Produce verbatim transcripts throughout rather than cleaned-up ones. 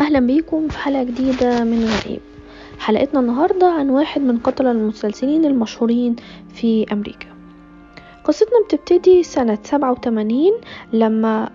اهلا بيكم في حلقة جديدة من غريب. حلقتنا النهاردة عن واحد من قتلة المسلسلين المشهورين في امريكا. قصتنا بتبتدي سنة سبعة وثمانين لما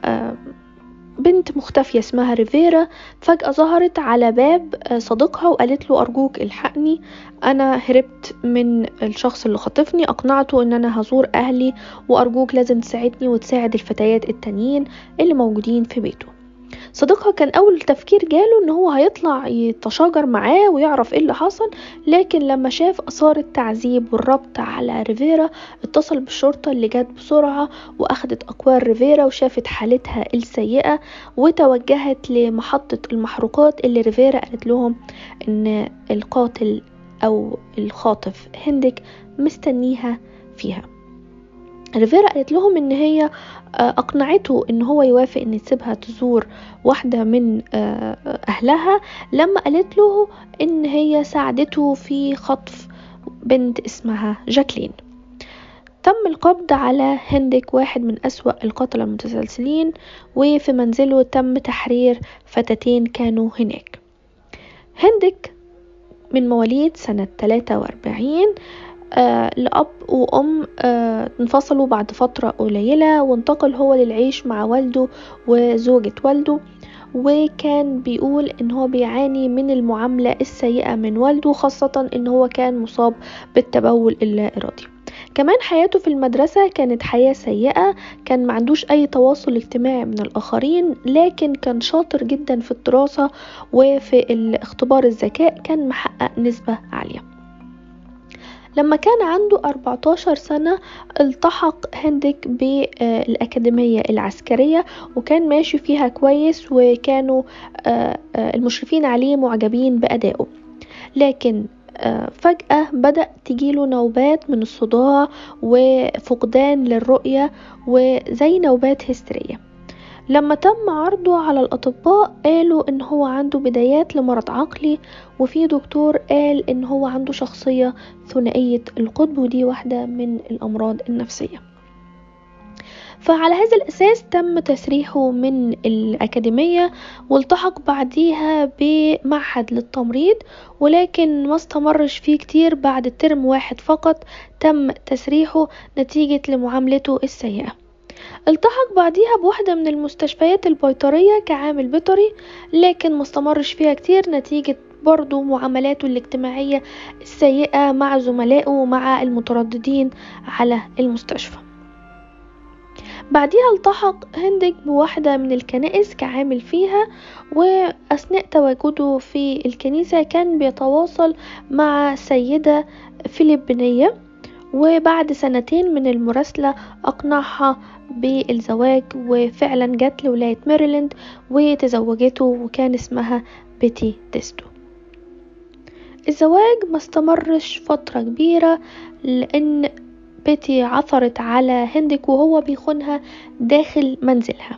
بنت مختفية اسمها ريفيرا فجأة ظهرت على باب صديقها وقالت له أرجوك الحقني، أنا هربت من الشخص اللي خطفني، أقنعته أن أنا هزور أهلي وأرجوك لازم تساعدني وتساعد الفتيات التانيين اللي موجودين في بيته. صديقها كان أول تفكير جاله أنه هو هيطلع يتشاجر معاه ويعرف إيه اللي حصل، لكن لما شاف أثار التعذيب والربط على ريفيرا اتصل بالشرطة اللي جت بسرعة وأخدت أقوال ريفيرا وشافت حالتها السيئة وتوجهت لمحطة المحروقات اللي ريفيرا قالت لهم أن القاتل أو الخاطف هندك مستنيها فيها. ريفيرا قالت لهم ان هي اقنعته ان هو يوافق ان يسيبها تزور واحدة من اهلها لما قالت له ان هي ساعدته في خطف بنت اسمها جاكلين. تم القبض على هندك، واحد من اسوأ القتلة المتسلسلين، وفي منزله تم تحرير فتاتين كانوا هناك. هندك من مواليد سنة ثلاثة وأربعين، آه لأب وأم آه انفصلوا بعد فترة قليلة، وانتقل هو للعيش مع والده وزوجة والده، وكان بيقول ان هو بيعاني من المعاملة السيئة من والده، خاصة ان هو كان مصاب بالتبول اللا إرادي. كمان حياته في المدرسة كانت حياة سيئة، كان معندوش اي تواصل اجتماعي من الاخرين، لكن كان شاطر جدا في الدراسة وفي الاختبار الذكاء كان محقق نسبة عالية. لما كان عنده أربعتاشر سنة التحق هندك بالأكاديمية العسكرية وكان ماشي فيها كويس، وكانوا المشرفين عليه معجبين بأدائه، لكن فجأة بدأ تجيله نوبات من الصداع وفقدان للرؤية وزي نوبات هستيرية. لما تم عرضه على الأطباء قالوا إن هو عنده بدايات لمرض عقلي، وفي دكتور قال إن هو عنده شخصية ثنائية القطب، ودي واحدة من الأمراض النفسية. فعلى هذا الأساس تم تسريحه من الأكاديمية والتحق بعديها بمعهد للتمريض، ولكن ما استمرش فيه كتير، بعد ترم واحد فقط تم تسريحه نتيجة لمعاملته السيئة. التحق بعديها بواحدة من المستشفيات البيطرية كعامل بيطري، لكن ما استمرش فيها كتير نتيجة برضو معاملاته الاجتماعية السيئة مع زملائه ومع المترددين على المستشفى. بعديها التحق هندك بواحدة من الكنائس كعامل فيها، وأثناء تواجده في الكنيسة كان بيتواصل مع سيدة فلبينية، وبعد سنتين من المراسلة أقنعها بالزواج، وفعلا جت لولاية ميريلاند وتزوجته، وكان اسمها بيتي ديستو. الزواج ما استمرش فترة كبيرة لأن بيتي عثرت على هندك وهو بيخونها داخل منزلها.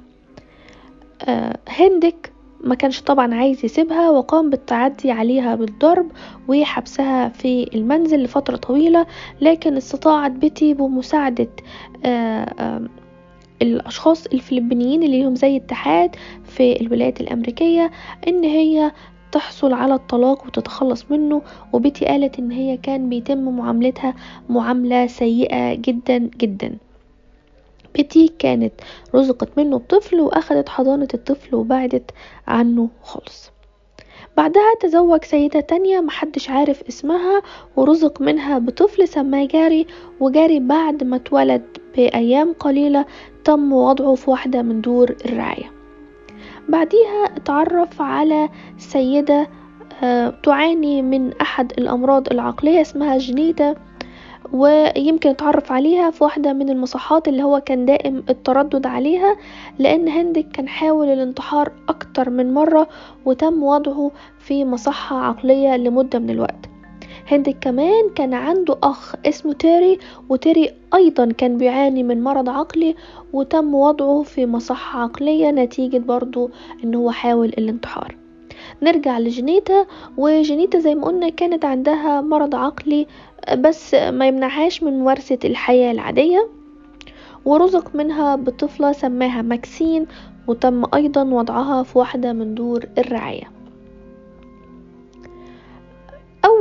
آه هندك ما كانش طبعا عايز يسيبها، وقام بالتعدي عليها بالضرب وحبسها في المنزل لفترة طويلة، لكن استطاعت بيتي بمساعدة آآ آآ الأشخاص الفلبينيين اللي لهم زي اتحاد في الولايات الأمريكية ان هي تحصل على الطلاق وتتخلص منه. وبيتي قالت ان هي كان بيتم معاملتها معاملة سيئة جدا جدا. بيتي كانت رزقت منه بطفل واخدت حضانة الطفل وبعدت عنه خالص. بعدها تزوج سيدة تانية محدش عارف اسمها ورزق منها بطفل سماه جاري، وجاري بعد ما اتولد بأيام قليلة تم وضعه في واحدة من دور الرعاية. بعديها اتعرف على سيدة تعاني من أحد الأمراض العقلية اسمها جنيتا، ويمكن اتعرف عليها في واحدة من المصحات اللي هو كان دائم التردد عليها، لأن هندك كان حاول الانتحار أكتر من مرة وتم وضعه في مصحة عقلية لمدة من الوقت. هندك كمان كان عنده أخ اسمه تيري، وتيري أيضا كان بيعاني من مرض عقلي وتم وضعه في مصحة عقلية نتيجة برضو أنه هو حاول الانتحار. نرجع لجنيتا، وجنيتا زي ما قلنا كانت عندها مرض عقلي بس ما يمنعهاش من ممارسة الحياة العادية، ورزق منها بطفلة سماها ماكسين، وتم أيضا وضعها في واحدة من دور الرعاية.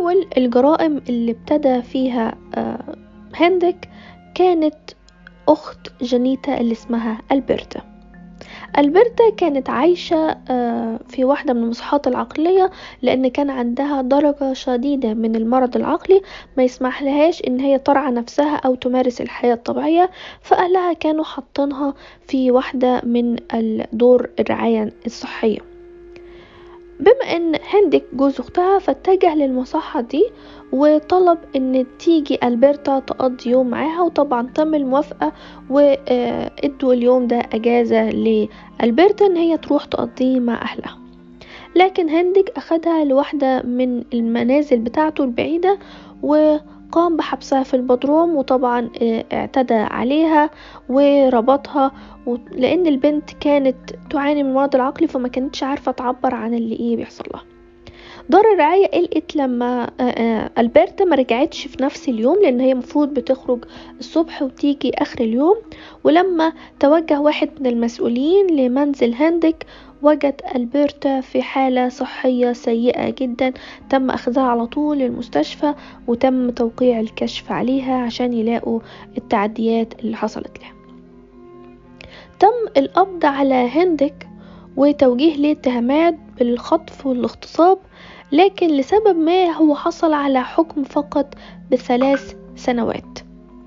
أول الجرائم اللي ابتدى فيها هندك كانت أخت جانيتا اللي اسمها ألبرتا. ألبرتا كانت عايشة في واحدة من المصحات العقلية، لأن كان عندها درجة شديدة من المرض العقلي ما يسمح لهاش إن هي ترعى نفسها أو تمارس الحياة الطبيعية، فأهلها كانوا حاطينها في واحدة من دور الرعاية الصحية. بما ان هندك جوز اختها فاتجه للمصحة دي وطلب ان تيجي ألبرتا تقضي يوم معاها، وطبعا تم الموافقة وادوا اليوم ده اجازة لألبرتا ان هي تروح تقضيه مع اهلها. لكن هندك اخدها لواحدة من المنازل بتاعته البعيدة وقام بحبسها في البدروم، وطبعا اعتدى عليها وربطها، لان البنت كانت تعاني من المرض العقلي فما كانتش عارفة تعبر عن اللي ايه بيحصل لها. دار الرعاية قلقت لما ألبرتا ما رجعتش في نفس اليوم، لان هي مفروض بتخرج الصبح وتيجي اخر اليوم. ولما توجه واحد من المسؤولين لمنزل هندك وجد ألبرتا في حالة صحية سيئة جدا، تم أخذها على طول للمستشفى وتم توقيع الكشف عليها عشان يلاقوا التعديات اللي حصلت لها. تم القبض على هندك وتوجيه له اتهامات بالخطف والاغتصاب، لكن لسبب ما هو حصل على حكم فقط بثلاث سنوات.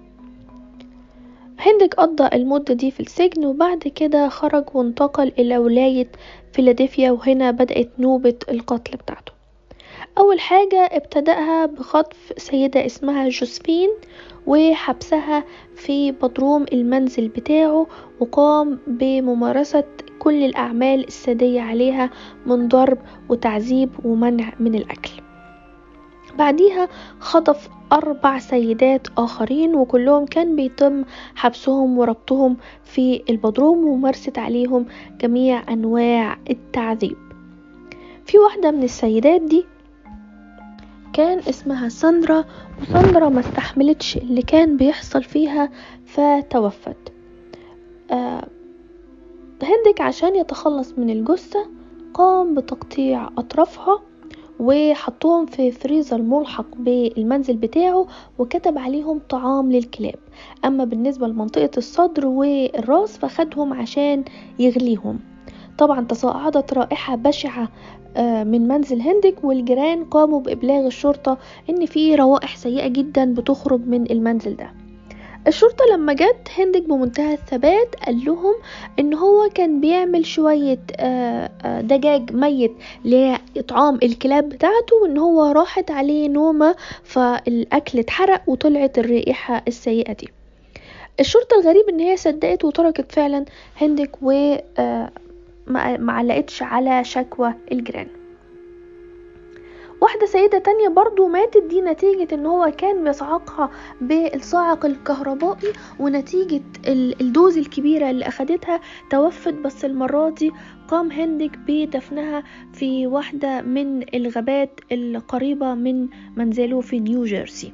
هندك قضى المدة دي في السجن، وبعد كده خرج وانتقل إلى ولاية فيلادلفيا، وهنا بدأت نوبة القتل بتاعته. أول حاجة ابتدأها بخطف سيدة اسمها جوزفين وحبسها في بدروم المنزل بتاعه، وقام بممارسة كل الأعمال السادية عليها من ضرب وتعذيب ومنع من الأكل. بعديها خطف أربع سيدات آخرين، وكلهم كان بيتم حبسهم وربطهم في البدروم وممارسة عليهم جميع أنواع التعذيب. في واحدة من السيدات دي كان اسمها ساندرا، وساندرا ما استحملتش اللي كان بيحصل فيها فتوفت. آه هندك عشان يتخلص من الجثة قام بتقطيع أطرافها وحطوهم في فريزر ملحق بالمنزل بتاعه وكتب عليهم طعام للكلاب. أما بالنسبة لمنطقة الصدر والراس فخدهم عشان يغليهم. طبعا تصاعدت رائحة بشعة من منزل هندك، والجيران قاموا بإبلاغ الشرطة إن في روائح سيئة جدا بتخرج من المنزل ده. الشرطة لما جت هندك بمنتهى الثبات قال لهم ان هو كان بيعمل شوية دجاج ميت لإطعام الكلاب بتاعته، وان هو راحت عليه نومة فالأكل اتحرق وطلعت الرائحة السيئة دي. الشرطة الغريب ان هي صدقت وتركت فعلا هندك وما علقتش على شكوى الجيران. واحدة سيدة تانية برضو ماتت، دي نتيجة ان هو كان بيصعقها بالصاعق الكهربائي، ونتيجة الدوز الكبيرة اللي اخدتها توفت. بس المرة دي قام هندك بدفنها في واحدة من الغابات القريبة من منزله في نيوجيرسي.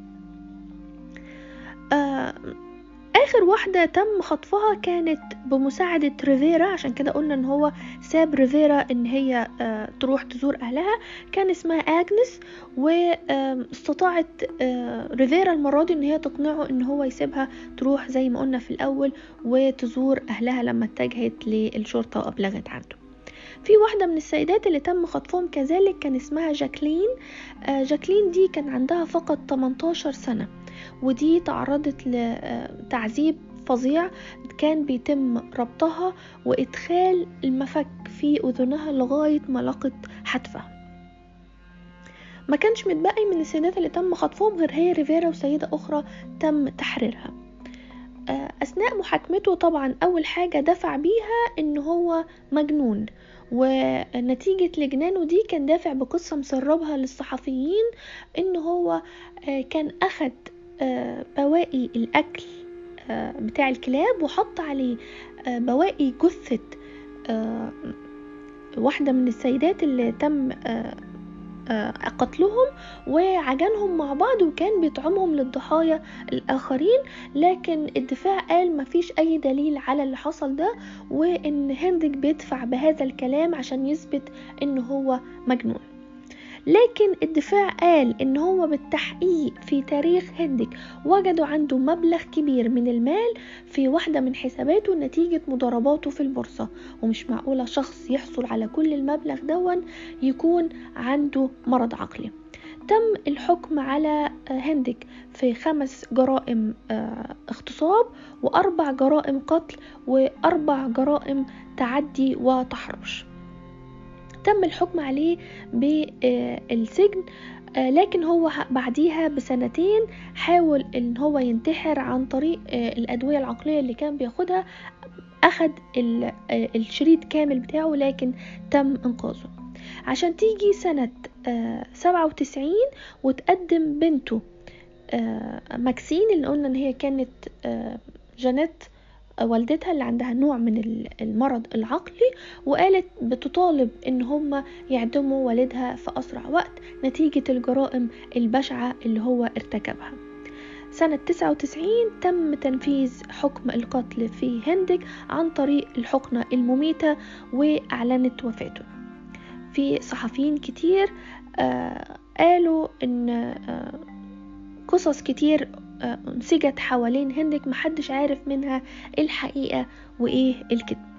آه اخر واحدة تم خطفها كانت بمساعدة ريفيرا، عشان كده قلنا ان هو ساب ريفيرا ان هي آه تروح تزور اهلها. كان اسمها اجنس، واستطاعت آه ريفيرا المرة دي ان هي تقنعه ان هو يسيبها تروح زي ما قلنا في الاول وتزور اهلها لما اتجهت للشرطة وابلغت عنه. في واحدة من السيدات اللي تم خطفهم كذلك كان اسمها جاكلين. آه جاكلين دي كان عندها فقط تمنتاشر سنة، ودي تعرضت لتعذيب فظيع. كان بيتم ربطها وادخال المفك في اذنها لغاية ما لقت حتفها. ما كانش متبقي من السيدات اللي تم خطفهم غير هي ريفيرا وسيدة اخرى تم تحريرها. اثناء محاكمته طبعا اول حاجة دفع بيها ان هو مجنون، ونتيجة لجنانه دي كان دافع بقصة مسربها للصحفيين ان هو كان اخد بواقي الاكل بتاع الكلاب وحط عليه بواقي جثة واحدة من السيدات اللي تم قتلهم وعجنهم مع بعض، وكان بيطعمهم للضحايا الآخرين. لكن الدفاع قال مفيش أي دليل على اللي حصل ده، وإن هندك بيدفع بهذا الكلام عشان يثبت إن هو مجنون. لكن الدفاع قال ان هو بالتحقيق في تاريخ هندك وجدوا عنده مبلغ كبير من المال في واحدة من حساباته نتيجة مضارباته في البورصة، ومش معقولة شخص يحصل على كل المبلغ دون يكون عنده مرض عقلي. تم الحكم على هندك في خمس جرائم اغتصاب وأربع جرائم قتل وأربع جرائم تعدي وتحرش. تم الحكم عليه بالسجن، لكن هو بعديها بسنتين حاول ان هو ينتحر عن طريق الأدوية العقلية اللي كان بياخدها. أخد الشريط كامل بتاعه لكن تم إنقاذه. عشان تيجي سنة سبعة وتسعين وتقدم بنته ماكسين اللي قلنا ان هي كانت جانيت والدتها اللي عندها نوع من المرض العقلي، وقالت بتطالب ان هم يعدموا والدها في اسرع وقت نتيجة الجرائم البشعة اللي هو ارتكبها. سنة تسعة وتسعين تم تنفيذ حكم القتل في هندك عن طريق الحقنة المميتة واعلنت وفاته. في صحفيين كتير آه قالوا ان آه قصص كتير آه انسجت حوالين هندك محدش عارف منها الحقيقة وايه الكذب.